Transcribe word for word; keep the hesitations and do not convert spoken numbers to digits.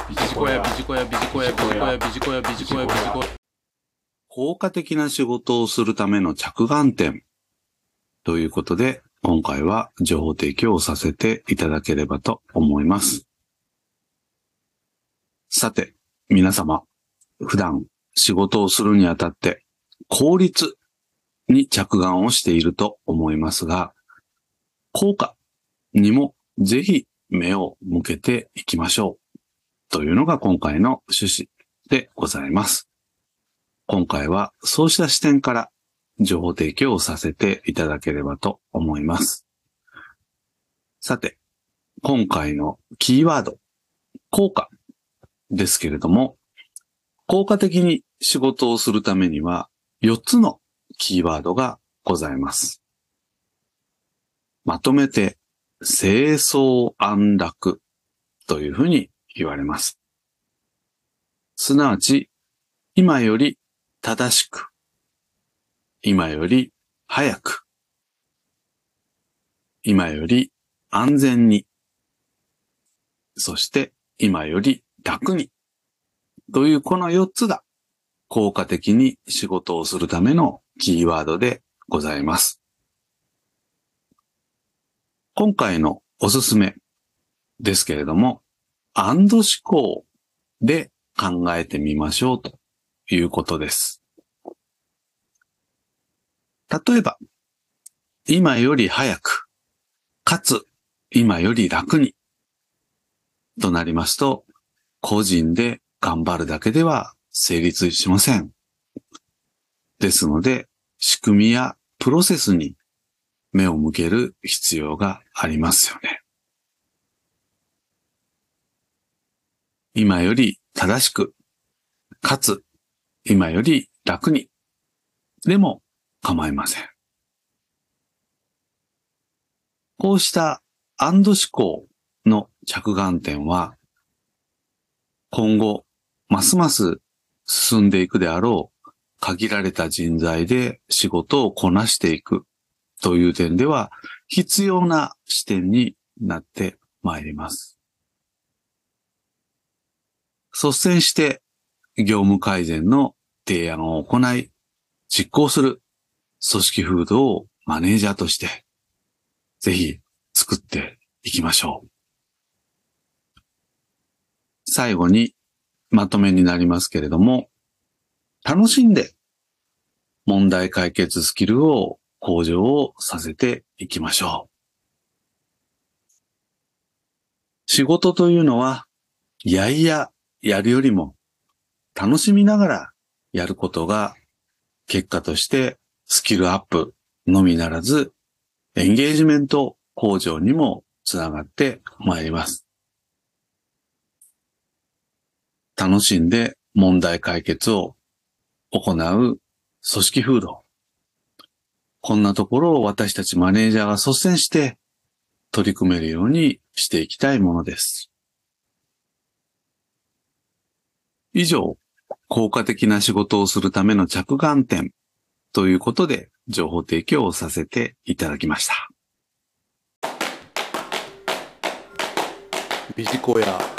ビジコヤビジコヤビジコヤビジコヤビジコヤビジコヤビジコヤ。 効果的な仕事をするための着眼点ということで、今回は情報提供をさせていただければと思います。さて、皆様、普段仕事をするにあたって効率に着眼をしていると思いますが、効果にもぜひ目を向けていきましょうというのが今回の趣旨でございます。今回はそうした視点から情報提供をさせていただければと思います。さて、今回のキーワード、効果ですけれども、効果的に仕事をするためにはよっつのキーワードがございます。まとめて、清掃安楽というふうに言われます。すなわち、今より正しく、今より早く、今より安全に、そして今より楽に、というこのよっつが効果的に仕事をするためのキーワードでございます。今回のおすすめですけれども、アンド思考で考えてみましょうということです。例えば、今より早く、かつ今より楽にとなりますと、個人で頑張るだけでは成立しません。ですので、仕組みやプロセスに目を向ける必要がありますよね。今より正しく、かつ今より楽に、でも構いません。こうしたアンド思考の着眼点は、今後、ますます進んでいくであろう限られた人材で仕事をこなしていくという点では必要な視点になってまいります。率先して業務改善の提案を行い、実行する組織風土をマネージャーとして、ぜひ作っていきましょう。最後にまとめになりますけれども、楽しんで問題解決スキルを向上をさせていきましょう。仕事というのは、いやいややるよりも楽しみながらやることが結果としてスキルアップのみならず、エンゲージメント向上にもつながってまいります。楽しんで問題解決を行う組織風土。こんなところを私たちマネージャーが率先して取り組めるようにしていきたいものです。以上、効果的な仕事をするための着眼点ということで情報提供をさせていただきました。 ビジコヤ